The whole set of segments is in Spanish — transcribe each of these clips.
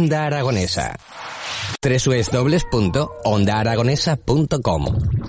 Onda Aragonesa. www.ondaaragonesa.com.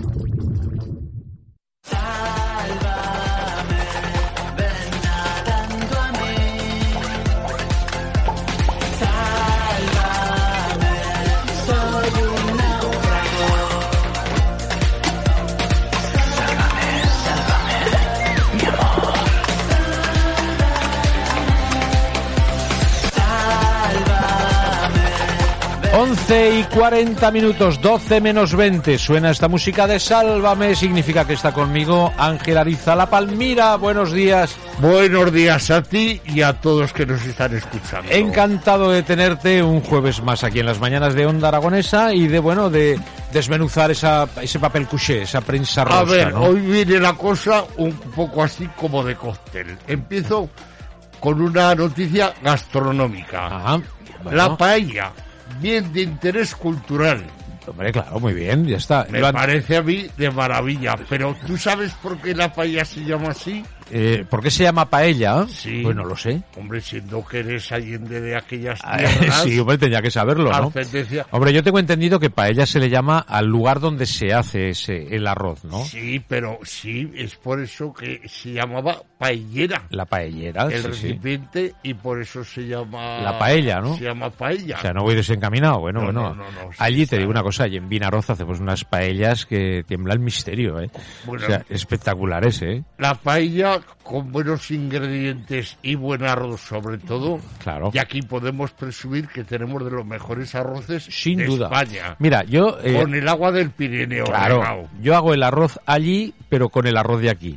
11:40, 12 menos 20. Suena esta música de Sálvame. Significa que está conmigo Ángel Ariza La Palmira. Buenos días. Buenos días a ti y a todos que nos están escuchando. Encantado de tenerte un jueves más aquí en las mañanas de Onda Aragonesa y de desmenuzar ese papel couché, esa prensa rosa. A ver, ¿no? Hoy viene la cosa un poco así como de cóctel. Empiezo con una noticia gastronómica. Ajá, bueno. La paella, bien de interés cultural. Hombre, claro, muy bien, ya está. Me parece a mí de maravilla, pero ¿tú sabes por qué la paella se llama así? ¿Por qué se llama paella? Sí. Pues no lo sé. Hombre, siendo que eres allende de aquellas tierras... Sí, hombre, tenía que saberlo, ¿no? Ascendencia. Hombre, yo tengo entendido que paella se le llama al lugar donde se hace el arroz, ¿no? Sí, pero sí, es por eso que se llamaba paellera. La paellera, el sí, recipiente, sí. Y por eso se llama... La paella, ¿no? Se llama paella. O sea, no voy desencaminado, bueno. No, Allí te digo una cosa, allí en Vinaroz hacemos unas paellas que tiembla el misterio, ¿eh? Bueno, o sea, espectaculares, ¿eh? La paella con buenos ingredientes y buen arroz sobre todo. Claro. Y aquí podemos presumir que tenemos de los mejores arroces sin de duda. España. Mira, yo... con el agua del Pirineo. Claro, regado. Yo hago el arroz allí, pero con el arroz de aquí.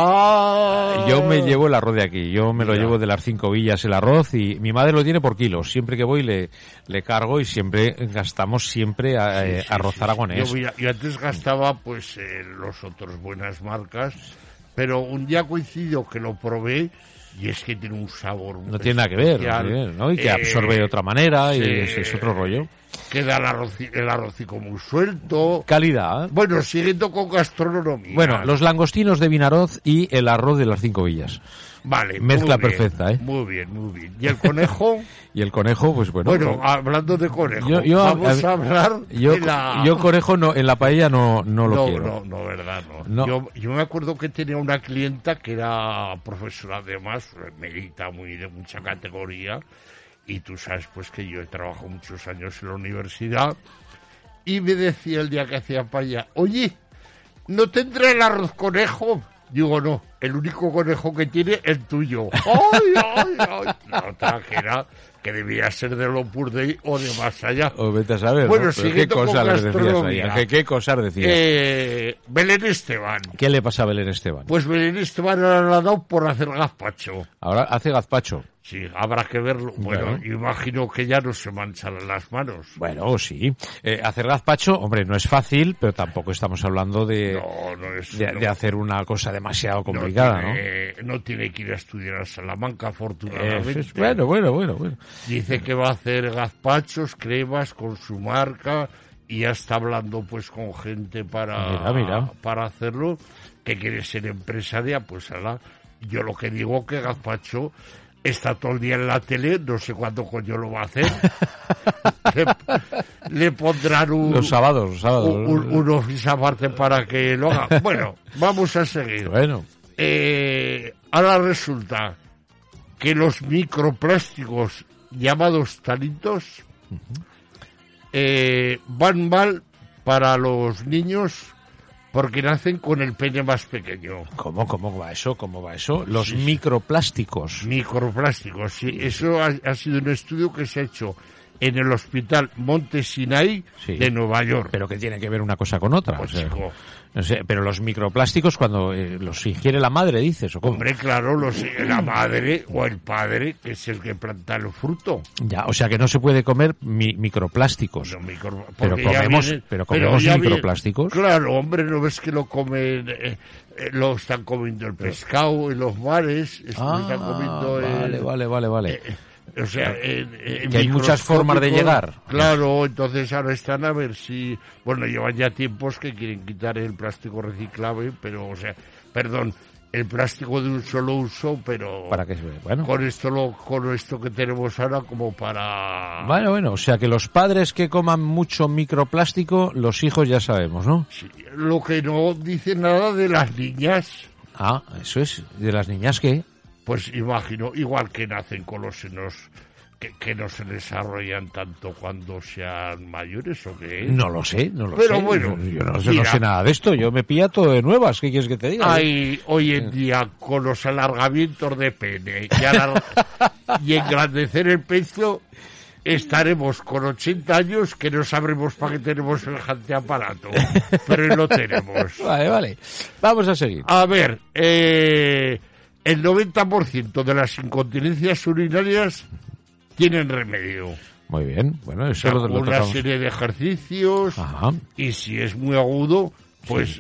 Yo me llevo el arroz de aquí. Yo me lo llevo de las 5 villas el arroz y mi madre lo tiene por kilos. Siempre que voy le cargo y siempre gastamos arroz aragonés. Yo antes gastaba pues los otros buenas marcas, pero un día coincidió que lo probé y es que tiene un sabor no tiene nada que ver, ¿no? Y que absorbe de otra manera y es otro rollo. Queda el arrocico muy suelto. Calidad. Bueno, siguiendo con gastronomía. Bueno, los langostinos de Vinaroz y el arroz de las 5 villas. Vale, mezcla perfecta, ¿eh? Muy bien. ¿Y el conejo? Y el conejo, pues bueno. Bueno, hablando de conejo, vamos a hablar de la... Yo conejo no, en la paella no lo quiero. No, verdad, no. Yo me acuerdo que tenía una clienta que era profesora además, merita de mucha categoría, y tú sabes pues que yo he trabajado muchos años en la universidad, y me decía el día que hacía paella, oye, ¿no tendrá el arroz conejo? Digo, no, el único conejo que tiene el tuyo. ¡Ay! La otra que debía ser de Opus Dei o de más allá. O vete a saber, bueno, ¿no? ¿qué cosas le decías ahí, Ángel? ¿Qué cosas decías? Belén Esteban. ¿Qué le pasa a Belén Esteban? Pues Belén Esteban ahora lo ha dado por hacer gazpacho. ¿Ahora hace gazpacho? Sí, habrá que verlo. Bueno, yo imagino que ya no se manchan las manos. Bueno, sí. Hacer gazpacho, hombre, no es fácil, pero tampoco estamos hablando de hacer una cosa demasiado complicada, ¿no? No tiene que ir a estudiar a Salamanca, afortunadamente. Bueno. Dice que va a hacer gazpachos, cremas con su marca y ya está hablando pues con gente para hacerlo, que quiere ser empresaria, pues yo lo que digo que gazpacho está todo el día en la tele, no sé cuándo coño lo va a hacer. le pondrán los sábados. Un oficio aparte para que lo haga. Bueno, vamos a seguir. Bueno. Ahora resulta que los microplásticos llamados tanitos van mal para los niños porque nacen con el pene más pequeño. ¿Cómo va eso? Los microplásticos. Microplásticos, sí. Eso ha sido un estudio que se ha hecho en el Hospital Monte Sinai de Nueva York. ¿Pero qué tiene que ver una cosa con otra? Pues, chico, no sé, pero los microplásticos cuando los ingiere la madre, dices, ¿o cómo? Hombre, claro, la madre o el padre, que es el que planta el fruto. Ya, o sea que no se puede comer microplásticos. Pero comemos microplásticos. Claro, hombre, ¿no ves que lo comen... lo están comiendo el pescado en los mares? Están comiendo Vale. O sea, que hay muchas formas de llegar. Claro, entonces ahora están a ver si... Bueno, llevan ya tiempos que quieren quitar el plástico reciclable, pero, o sea, perdón, el plástico de un solo uso, pero ¿Para qué? Bueno. con esto que tenemos ahora como para... Bueno, o sea que los padres que coman mucho microplástico, los hijos ya sabemos, ¿no? Sí, lo que no dice nada de las niñas. Ah, eso es. ¿De las niñas qué? Pues imagino, igual que nacen con los senos que no se desarrollan tanto cuando sean mayores, ¿o qué? No lo sé. Pero bueno, yo no sé nada de esto, yo me pilla todo de nuevas, ¿qué quieres que te diga? Hay hoy en día con los alargamientos de pene y engrandecer el pecho, estaremos con 80 años que no sabremos para qué tenemos semejante aparato, pero lo tenemos. Vale, vamos a seguir. A ver, el 90% de las incontinencias urinarias tienen remedio. Muy bien, bueno, eso Con lo una tratamos. serie de ejercicios. Ajá. Y si es muy agudo, pues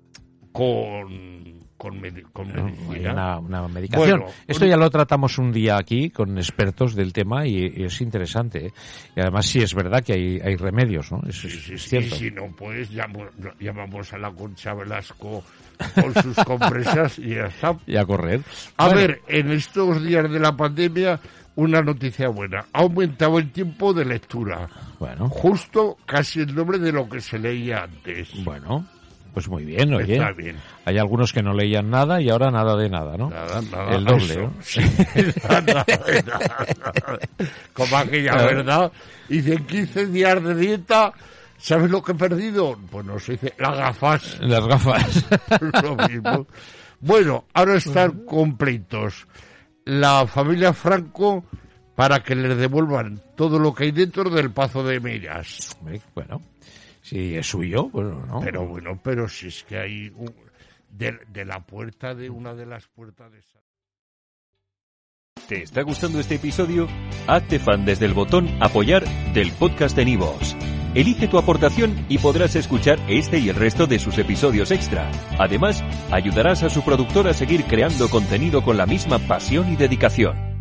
con medicina. Una medicación. Bueno, Esto ya lo tratamos un día aquí con expertos del tema y es interesante, ¿eh? Y además sí es verdad que hay remedios, ¿no? Eso es cierto. Y si no, pues llamamos a la Concha Velasco con sus compresas y ya está. Y a correr. A Bueno, ver, en estos días de la pandemia, una noticia buena. Ha aumentado el tiempo de lectura. Bueno, Justo casi el doble de lo que se leía antes. bueno, pues muy bien, oye. Está bien. Hay algunos que no leían nada y ahora nada de nada, ¿no? Nada. El doble, Eso, ¿no? sí, nada de nada. Como aquella, ¿verdad? Dicen 15 días de dieta. ¿Sabes lo que he perdido? Pues no se dice, las gafas. Las gafas. Es lo mismo. Bueno, ahora están completos la familia Franco para que les devuelvan todo lo que hay dentro del Pazo de Mellas. Bueno, si es suyo, bueno, ¿no? Pero si es que hay de la puerta de una de las puertas de esa... ¿Te está gustando este episodio? Hazte fan desde el botón Apoyar del podcast de Nivos. Elige tu aportación y podrás escuchar este y el resto de sus episodios extra. Además, ayudarás a su productor a seguir creando contenido con la misma pasión y dedicación.